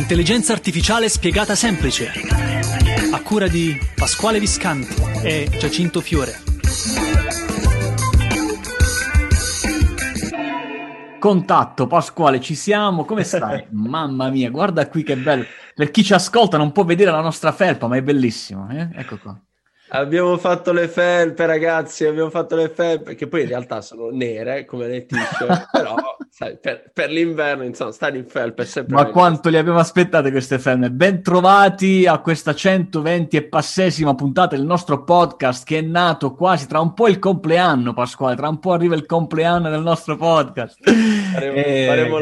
Intelligenza artificiale spiegata semplice, a cura di Pasquale Viscanti e Giacinto Fiore. Contatto, Pasquale, ci siamo, come stai? Mamma mia, guarda qui che bello. Per chi ci ascolta non può vedere la nostra felpa, ma è bellissimo, Ecco qua. Abbiamo fatto le felpe, ragazzi, abbiamo fatto le felpe, che poi in realtà sono nere, come le t-shirt, però sai, per l'inverno, insomma, stare in felpe è sempre Ma meglio. quanto li abbiamo aspettate queste felpe? Ben trovati a questa 120 e passesima puntata del nostro podcast, che è nato quasi tra un po' il compleanno, Pasquale, tra un po' arriva il compleanno del nostro podcast. Faremo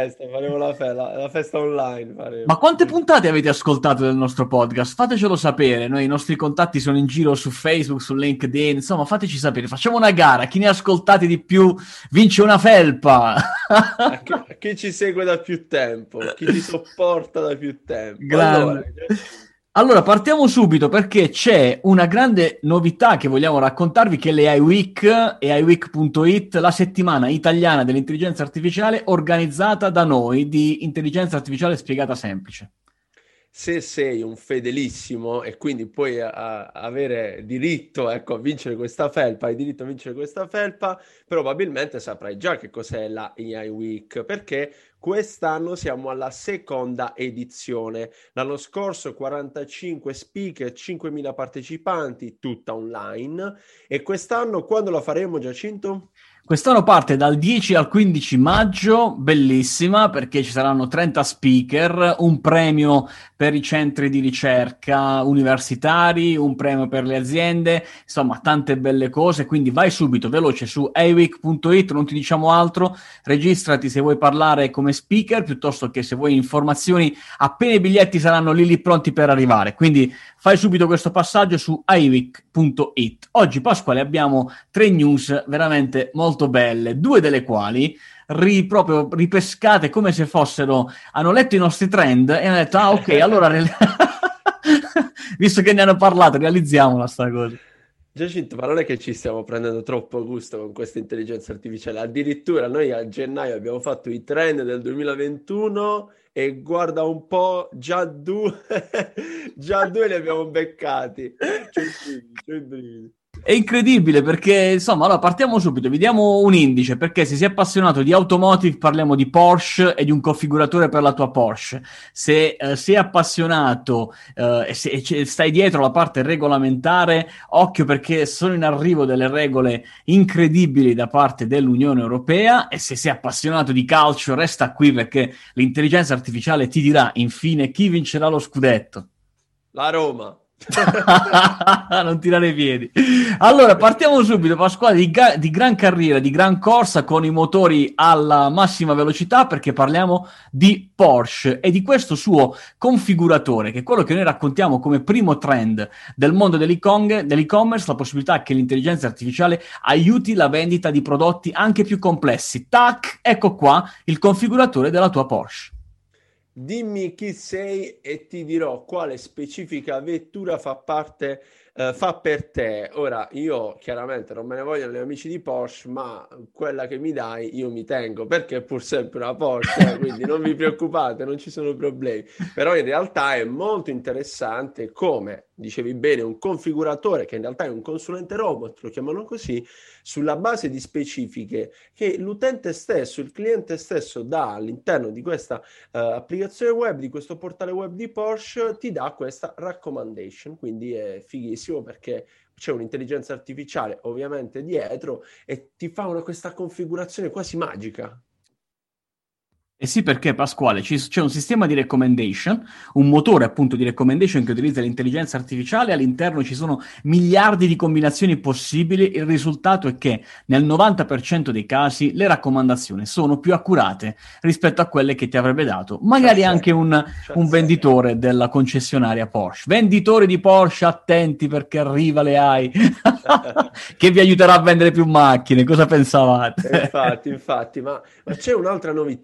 la festa online. Faremo. Ma quante puntate avete ascoltato del nostro podcast? Fatecelo sapere, noi i nostri contatti sono in giro su Facebook, su LinkedIn, insomma fateci sapere, facciamo una gara, chi ne ha ascoltati di più vince una felpa. Chi ci segue da più tempo, chi ci sopporta da più tempo. Allora, partiamo subito perché c'è una grande novità che vogliamo raccontarvi, che è l'AI Week e AIweek.it, la settimana italiana dell'intelligenza artificiale organizzata da noi di intelligenza artificiale spiegata semplice. Se sei un fedelissimo e quindi puoi avere diritto, ecco, a vincere questa felpa, hai diritto a vincere questa felpa, probabilmente saprai già che cos'è la AI Week, perché quest'anno siamo alla seconda edizione. L'anno scorso 45 speaker, 5.000 partecipanti, tutta online. E quest'anno quando la faremo, Giacinto? Quest'anno parte dal 10 al 15 maggio, bellissima, perché ci saranno 30 speaker, un premio per i centri di ricerca universitari, un premio per le aziende, insomma tante belle cose, quindi vai subito, veloce, su aiweek.it, non ti diciamo altro, registrati se vuoi parlare come speaker, piuttosto che se vuoi informazioni, appena i biglietti saranno lì pronti per arrivare, quindi fai subito questo passaggio su aiweek.it. Oggi, Pasquale, abbiamo 3 news veramente molto belle, 2 delle quali proprio ripescate come se fossero, hanno letto i nostri trend e hanno detto ok, allora visto che ne hanno parlato realizziamola sta cosa. Giacinto, ma non è che ci stiamo prendendo troppo gusto con questa intelligenza artificiale, addirittura noi a gennaio abbiamo fatto i trend del 2021 e guarda un po', già due li abbiamo beccati. C'è il brividi. È incredibile perché, insomma, allora partiamo subito, vi diamo un indice, perché se sei appassionato di automotive parliamo di Porsche e di un configuratore per la tua Porsche. Se sei appassionato e stai dietro la parte regolamentare, occhio perché sono in arrivo delle regole incredibili da parte dell'Unione Europea, e se sei appassionato di calcio resta qui perché l'intelligenza artificiale ti dirà infine chi vincerà lo scudetto. La Roma. Non tirare i piedi. Allora partiamo subito, Pasquale, di gran carriera, di gran corsa con i motori alla massima velocità, perché parliamo di Porsche e di questo suo configuratore, che è quello che noi raccontiamo come primo trend del mondo dell'e-commerce, la possibilità che l'intelligenza artificiale aiuti la vendita di prodotti anche più complessi. Tac, ecco qua il configuratore della tua Porsche. Dimmi chi sei e ti dirò quale specifica vettura fa per te. Ora, io chiaramente non me ne vogliono gli amici di Porsche, ma quella che mi dai io mi tengo, perché è pur sempre una Porsche, quindi non vi preoccupate, non ci sono problemi. Però in realtà è molto interessante come, dicevi bene, un configuratore, che in realtà è un consulente robot, lo chiamano così, sulla base di specifiche che l'utente stesso, il cliente stesso dà all'interno di questa applicazione web, di questo portale web di Porsche, ti dà questa recommendation, quindi è fighissimo perché c'è un'intelligenza artificiale ovviamente dietro e ti fa questa configurazione quasi magica. Eh sì, perché Pasquale, c'è un sistema di recommendation, un motore appunto di recommendation che utilizza l'intelligenza artificiale, all'interno ci sono miliardi di combinazioni possibili, il risultato è che nel 90% dei casi le raccomandazioni sono più accurate rispetto a quelle che ti avrebbe dato magari anche un venditore della concessionaria Porsche. Venditori di Porsche, attenti perché arriva le AI che vi aiuterà a vendere più macchine, cosa pensavate? Infatti, ma c'è un'altra novità, c'è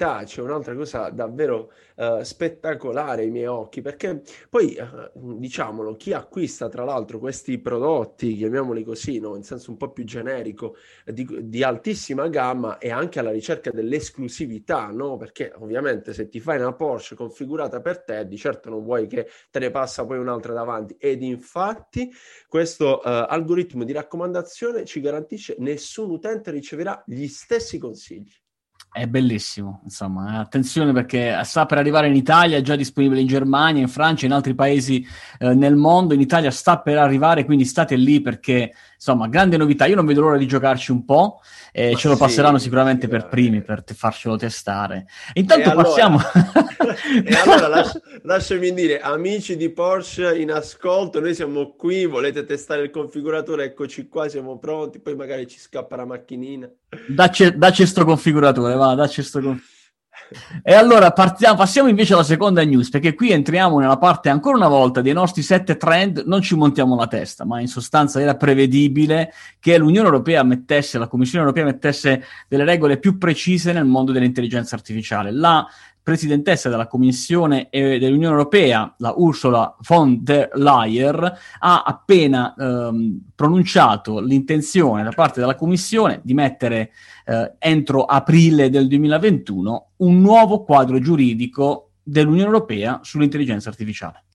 un'altra cosa davvero spettacolare ai miei occhi, perché poi, diciamolo, chi acquista tra l'altro questi prodotti, chiamiamoli così, no? In senso un po' più generico, di altissima gamma, è anche alla ricerca dell'esclusività, no? Perché ovviamente se ti fai una Porsche configurata per te, di certo non vuoi che te ne passa poi un'altra davanti. Ed infatti questo algoritmo di raccomandazione ci garantisce nessun utente riceverà gli stessi consigli. È bellissimo, insomma, attenzione perché sta per arrivare in Italia, è già disponibile in Germania, in Francia, in altri paesi nel mondo, in Italia sta per arrivare, quindi state lì perché, insomma, grande novità, io non vedo l'ora di giocarci un po', ce lo passeranno sicuramente per primi, per farcelo testare. Intanto passiamo... E allora lasciami dire, amici di Porsche in ascolto, noi siamo qui, volete testare il configuratore, eccoci qua, siamo pronti, poi magari ci scappa la macchinina. Dacci sto configuratore, va, dacci sto configuratore. E allora passiamo invece alla seconda news, perché qui entriamo nella parte ancora una volta dei nostri 7 trend, non ci montiamo la testa, ma in sostanza era prevedibile che l'Unione Europea mettesse, la Commissione Europea mettesse delle regole più precise nel mondo dell'intelligenza artificiale. La presidentessa della Commissione dell'Unione Europea, la Ursula von der Leyen, ha appena pronunciato l'intenzione da parte della Commissione di mettere entro aprile del 2021 un nuovo quadro giuridico dell'Unione Europea sull'intelligenza artificiale.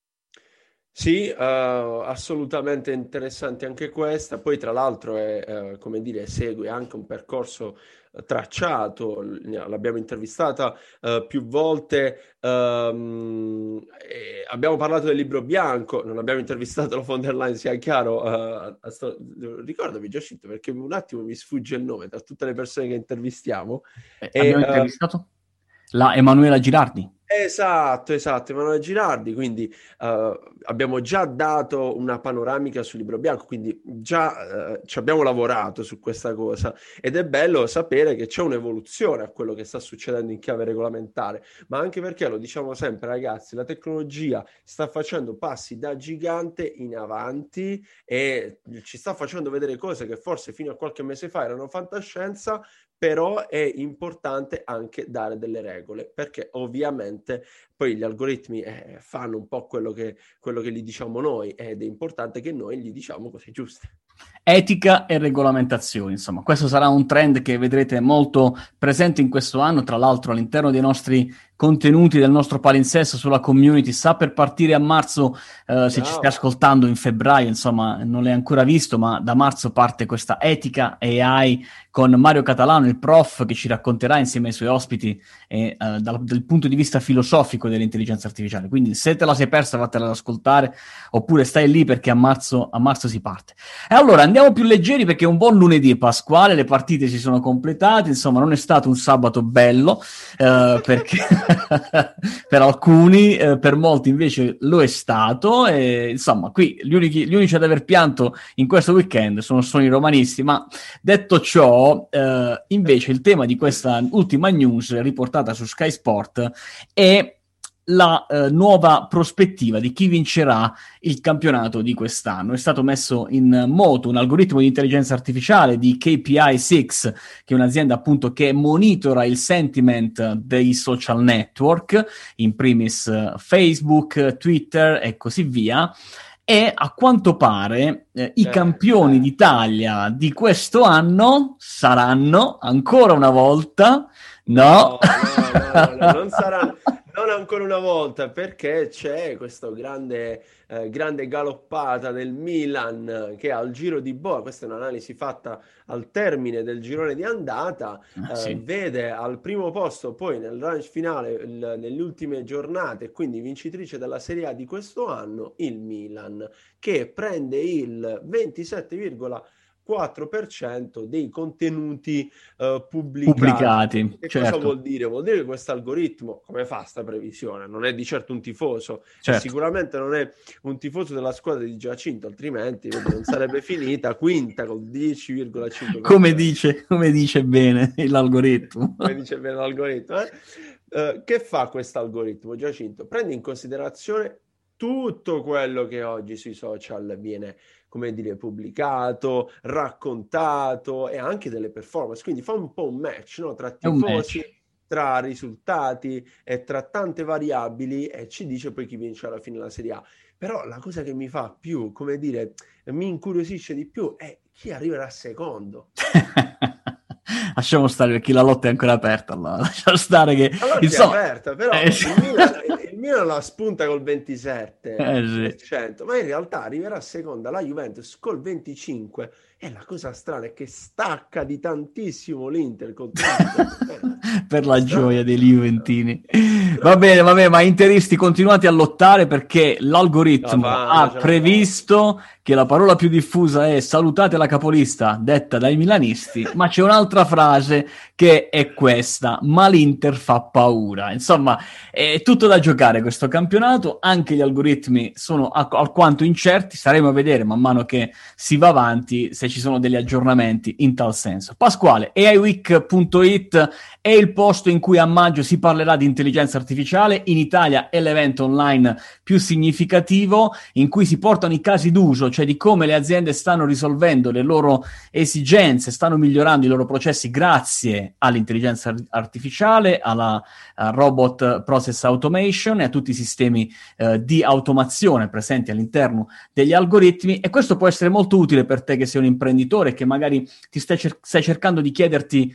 Sì, assolutamente interessante anche questa. Poi, tra l'altro, come dire, segue anche un percorso tracciato. L'abbiamo intervistata più volte. Abbiamo parlato del libro bianco. Non abbiamo intervistato la von der Leyen, sia chiaro. Ricordami, Giacinto, perché un attimo mi sfugge il nome tra tutte le persone che intervistiamo. Abbiamo intervistato la Emanuela Girardi. Esatto, Emanuele Girardi, quindi abbiamo già dato una panoramica sul libro bianco, quindi già ci abbiamo lavorato su questa cosa ed è bello sapere che c'è un'evoluzione a quello che sta succedendo in chiave regolamentare, ma anche perché, lo diciamo sempre ragazzi, la tecnologia sta facendo passi da gigante in avanti e ci sta facendo vedere cose che forse fino a qualche mese fa erano fantascienza, però è importante anche dare delle regole, perché ovviamente poi gli algoritmi fanno un po' quello che gli diciamo noi ed è importante che noi gli diciamo cose giuste. Etica e regolamentazione, insomma, questo sarà un trend che vedrete molto presente in questo anno, tra l'altro all'interno dei nostri contenuti del nostro palinsesto sulla community, sta per partire a marzo, se ci stai ascoltando in febbraio, insomma, non l'hai ancora visto, ma da marzo parte questa Etica AI con Mario Catalano, il prof, che ci racconterà insieme ai suoi ospiti dal punto di vista filosofico dell'intelligenza artificiale. Quindi se te la sei persa, vattela ad ascoltare, oppure stai lì perché a marzo si parte. E allora andiamo più leggeri perché è un buon lunedì pasquale, le partite si sono completate, insomma non è stato un sabato bello, perché per alcuni, per molti invece lo è stato, e insomma qui gli unici ad aver pianto in questo weekend sono i romanisti, ma detto ciò, invece il tema di questa ultima news riportata su Sky Sport è la nuova prospettiva di chi vincerà il campionato di quest'anno. È stato messo in moto un algoritmo di intelligenza artificiale di KPI6, che è un'azienda appunto che monitora il sentiment dei social network, in primis Facebook, Twitter e così via. E a quanto pare i campioni d'Italia di questo anno saranno ancora una volta no, non saranno. Non ancora una volta, perché c'è questa grande galoppata del Milan che al giro di boa, questa è un'analisi fatta al termine del girone di andata, sì. Vede al primo posto poi nel range finale nelle ultime giornate, quindi vincitrice della Serie A di questo anno, il Milan, che prende il 27,4% dei contenuti pubblicati. Che certo. cosa vuol dire? Vuol dire che questo algoritmo, come fa sta previsione? Non è di certo un tifoso, certo. E sicuramente non è un tifoso della squadra di Giacinto, altrimenti non sarebbe finita quinta con 10,5%. Come dice bene l'algoritmo. Come dice bene l'algoritmo. Che fa questo algoritmo, Giacinto? Prende in considerazione tutto quello che oggi sui social viene, come dire, pubblicato, raccontato e anche delle performance. Quindi fa un po' un match, no? Tra tifosi tra risultati e tra tante variabili, e ci dice poi chi vince alla fine la Serie A. Però la cosa che mi fa più, come dire, mi incuriosisce di più è chi arriverà secondo. Lasciamo stare perché la lotta è ancora aperta, allora. Lasciamo stare che La lotta è aperta, però il Milan la spunta col 27%, sì. Ma in realtà arriverà seconda la Juventus col 25%, e la cosa strana è che stacca di tantissimo l'Inter col 30%. Per la gioia dei Juventini. Va bene, ma interisti, continuate a lottare perché l'algoritmo ha previsto che la parola più diffusa è salutate la capolista, detta dai milanisti, ma c'è un'altra frase che è questa: ma l'Inter fa paura. Insomma, è tutto da giocare questo campionato, anche gli algoritmi sono alquanto incerti, staremo a vedere man mano che si va avanti se ci sono degli aggiornamenti in tal senso. Pasquale, AIweek.it è il posto in cui a maggio si parlerà di intelligenza artificiale. In Italia è l'evento online più significativo, in cui si portano i casi d'uso, cioè di come le aziende stanno risolvendo le loro esigenze, stanno migliorando i loro processi grazie all'intelligenza artificiale, alla robot process automation e a tutti i sistemi di automazione presenti all'interno degli algoritmi. E questo può essere molto utile per te che sei un imprenditore, che magari ti stai cercando di chiederti,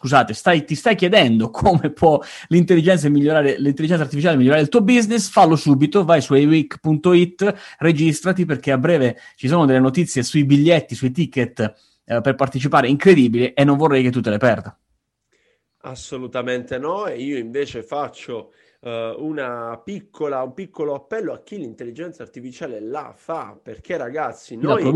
ti stai chiedendo come può l'intelligenza artificiale migliorare il tuo business. Fallo subito, vai su aiweek.it, registrati, perché a breve ci sono delle notizie sui biglietti, sui ticket per partecipare incredibili, e non vorrei che tu te le perda. Assolutamente no, e io invece faccio un piccolo appello a chi l'intelligenza artificiale la fa, perché ragazzi,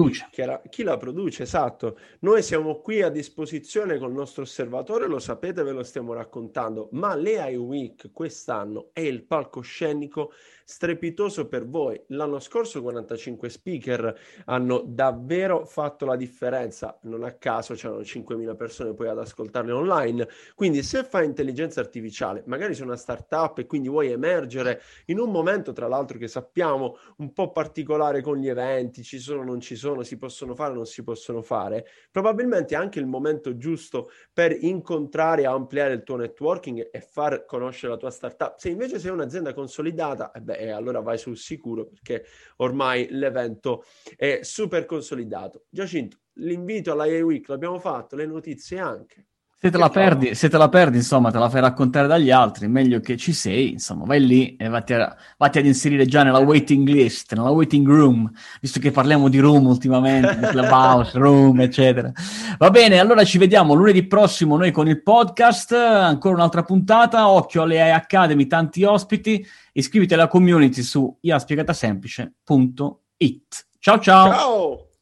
chi la produce, esatto, noi siamo qui a disposizione col nostro osservatore, lo sapete, ve lo stiamo raccontando, ma l'AI Week quest'anno è il palcoscenico strepitoso per voi. L'anno scorso 45 speaker hanno davvero fatto la differenza, non a caso c'erano 5.000 persone poi ad ascoltarli online. Quindi se fai intelligenza artificiale, magari su una startup, e quindi vuoi emergere in un momento, tra l'altro, che sappiamo un po' particolare con gli eventi, ci sono, non ci sono, si possono fare, non si possono fare, probabilmente è anche il momento giusto per incontrare e ampliare il tuo networking e far conoscere la tua startup. Se invece sei un'azienda consolidata, allora vai sul sicuro, perché ormai l'evento è super consolidato. Giacinto, l'invito alla AI Week l'abbiamo fatto, le notizie anche. Se te la perdi, insomma, te la fai raccontare dagli altri, meglio che ci sei, insomma, vai lì e vatti ad inserire già nella waiting list, nella waiting room, visto che parliamo di room ultimamente, di clubhouse, room, eccetera. Va bene, allora ci vediamo lunedì prossimo noi con il podcast, ancora un'altra puntata, occhio alle AI Academy, tanti ospiti, iscriviti alla community su iaspiegatasemplice.it. Ciao ciao! Ciao!